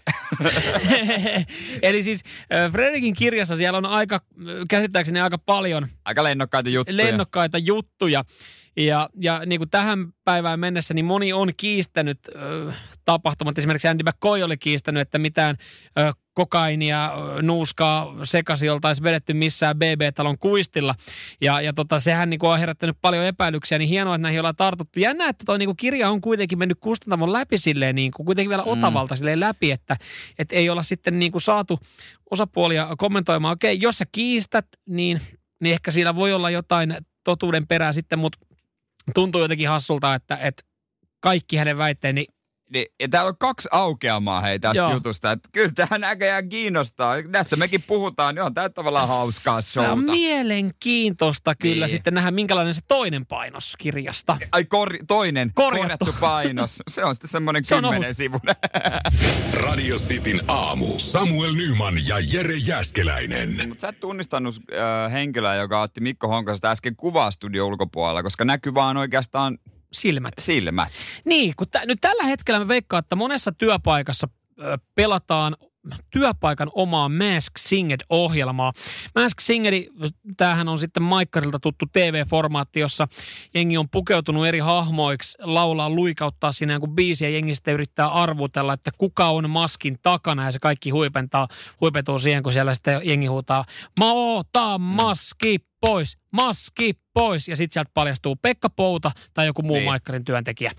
Eli siis Fredrikin kirjassa siellä on käsittääkseni aika paljon aika lennokkaita juttuja. Ja niin kuin tähän päivään mennessä, niin moni on kiistänyt tapahtumat. Esimerkiksi Andy McCoy oli kiistänyt, että mitään kokainia, nuuskaa sekaisin oltaisiin vedetty missään BB-talon kuistilla. Ja sehän niin kuin on herättänyt paljon epäilyksiä, niin hienoa, että näihin ollaan tartuttu. Jännä, että toi niin kuin kirja on kuitenkin mennyt kustantamon läpi silleen, niin kuin kuitenkin vielä otavalta silleen läpi, että ei olla sitten niin kuin saatu osapuolia kommentoimaan. Okei, jos sä kiistät, niin ehkä siinä voi olla jotain totuuden perää sitten, mutta tuntuu jotenkin hassulta, että kaikki hänen väitteeni. Ja täällä on 2 aukeamaa tästä jutusta. Että kyllä tähän näköjään kiinnostaa. Näistä mekin puhutaan, niin on tämä tavallaan hauskaa showta. Se on mielenkiintoista kyllä niin. Sitten nähdä, minkälainen se toinen painos kirjasta. Ai toinen korjattu painos. Se on sitten semmoinen 10 sivuinen. Radio Cityn aamu. Samuel Nyman ja Jere Jääskeläinen. Mutta sä et tunnistanut henkilöä, joka otti Mikko Honkasesta äsken kuvastudio ulkopuolella, koska näkyy vaan oikeastaan Silmät. Niin, kun nyt tällä hetkellä mä veikkaan, että monessa työpaikassa pelataan työpaikan omaa Mask Singed-ohjelmaa. Mask Singed, tämähän on sitten Maikkarilta tuttu TV-formaatti, jossa jengi on pukeutunut eri hahmoiksi, laulaa, luikauttaa siinä jonkun biisi ja jengi sitten yrittää arvutella, että kuka on maskin takana ja se kaikki huipentuu siihen, kun siellä sitten jengi huutaa, mä otan maski pois, ja sitten sieltä paljastuu Pekka Pouta tai joku muu Maikkarin työntekijä.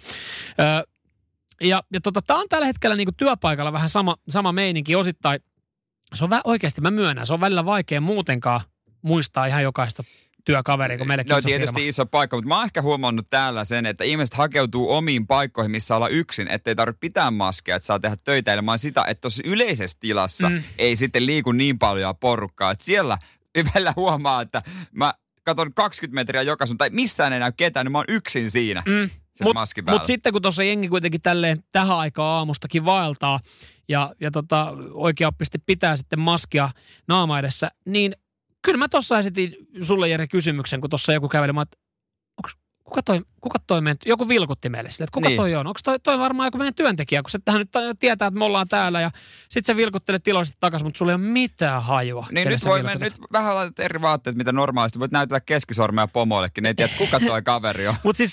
Tämä on tällä hetkellä niinku työpaikalla vähän sama meininki osittain. Se on oikeasti, mä myönnän, se on välillä vaikea muutenkaan muistaa ihan jokaista työkaveria, kun meillekin iso firma. Tietysti iso paikka, mutta mä oon ehkä huomannut täällä sen, että ihmiset hakeutuu omiin paikkoihin, missä olla yksin, ettei tarvitse pitää maskeja, että saa tehdä töitä ilman sitä, että tuossa yleisessä tilassa ei sitten liiku niin paljon porukkaa, että siellä välillä huomaa, että mä katon 20 metriä jokaisen, tai missään ei näy ketään, niin mä oon yksin siinä. Mutta sitten kun tuossa jengi kuitenkin tälleen tähän aikaan aamustakin vaeltaa ja oikeaoppisesti pitää sitten maskia naama edessä, niin kyllä mä tuossa esitin sulle, Jere, kysymyksen, kun tuossa joku käveli, että kuka toi meidän, joku vilkutti meille sille, että kuka toi on? Onko toi varmaan joku meidän työntekijä, kun se tähän nyt tietää, että me ollaan täällä ja sit sä vilkuttelet tiloisesti takaisin, mutta sulla ei ole mitään hajua. Niin nyt vähän laitat eri vaatteet, mitä normaalisti. Voit näytellä keskisormea pomoillekin, ne ei tiedä, kuka toi kaveri on. Mutta siis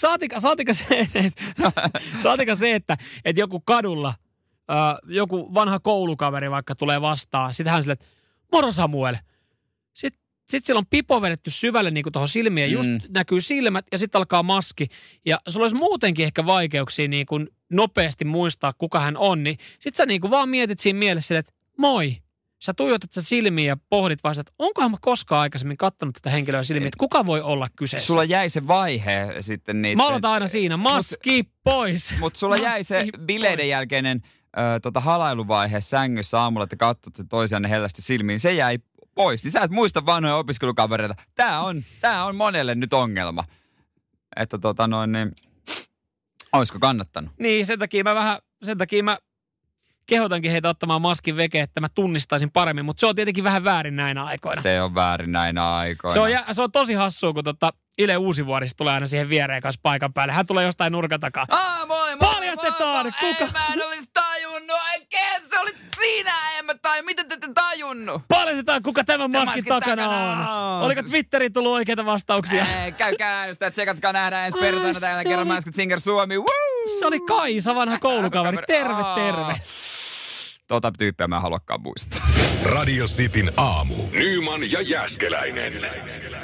saatika se, että joku kadulla, joku vanha koulukaveri vaikka tulee vastaan, sit hän silleen, että moro Samuel. sit sillä on pipo vedetty syvälle niin kuin tuohon silmiin, just näkyy silmät ja sitten alkaa maski. Ja sulla olisi muutenkin ehkä vaikeuksia niin kuin nopeasti muistaa, kuka hän on, niin sit sä niin kuin vaan mietit siinä mielessä sille, että moi. Sä tuijotat sä silmiin ja pohdit vaan, että onkohan mä koskaan aikaisemmin kattonut tätä henkilöä silmiin, että kuka voi olla kyseessä. Sulla jäi se vaihe sitten niitä. Mä aloitan aina siinä, maski pois. Mutta sulla jäi se bileiden jälkeinen halailuvaihe sängyssä aamulla, että katsot sen toisianne hellästi silmiin. Se jäi pois. Niin sä et muista vanhoja opiskelukavereita. Tää on monelle nyt ongelma. Että niin, olisiko kannattanut? Niin, sen takia mä kehotankin heitä ottamaan maskin veke, että mä tunnistaisin paremmin, mutta se on tietenkin vähän väärin näinä aikoina. Se on väärin näinä aikoina. Se on tosi hassua, kun Ile Uusivuorista tulee aina siihen viereen kanssa paikan päälle. Hän tulee jostain nurkan takaa. Moi! Paljastetaan! Kuka? Mä en olisi tajunnut! Se oli siinä! Miten te ette tajunnut? Paljastetaan, kuka tämän maskin takana on. Oliko Twitteriin tullut oikeita vastauksia? Käykää sitä, tsekatkaa, nähdään ensi perjantaina täällä kerran Masked Singer Suomi. Woo! Se oli Kaisa, vanha koulukaveri. Terve. Tota tyyppiä mä en haluakaan muistaa. Radio Cityn aamu. Nyman ja Jääskeläinen.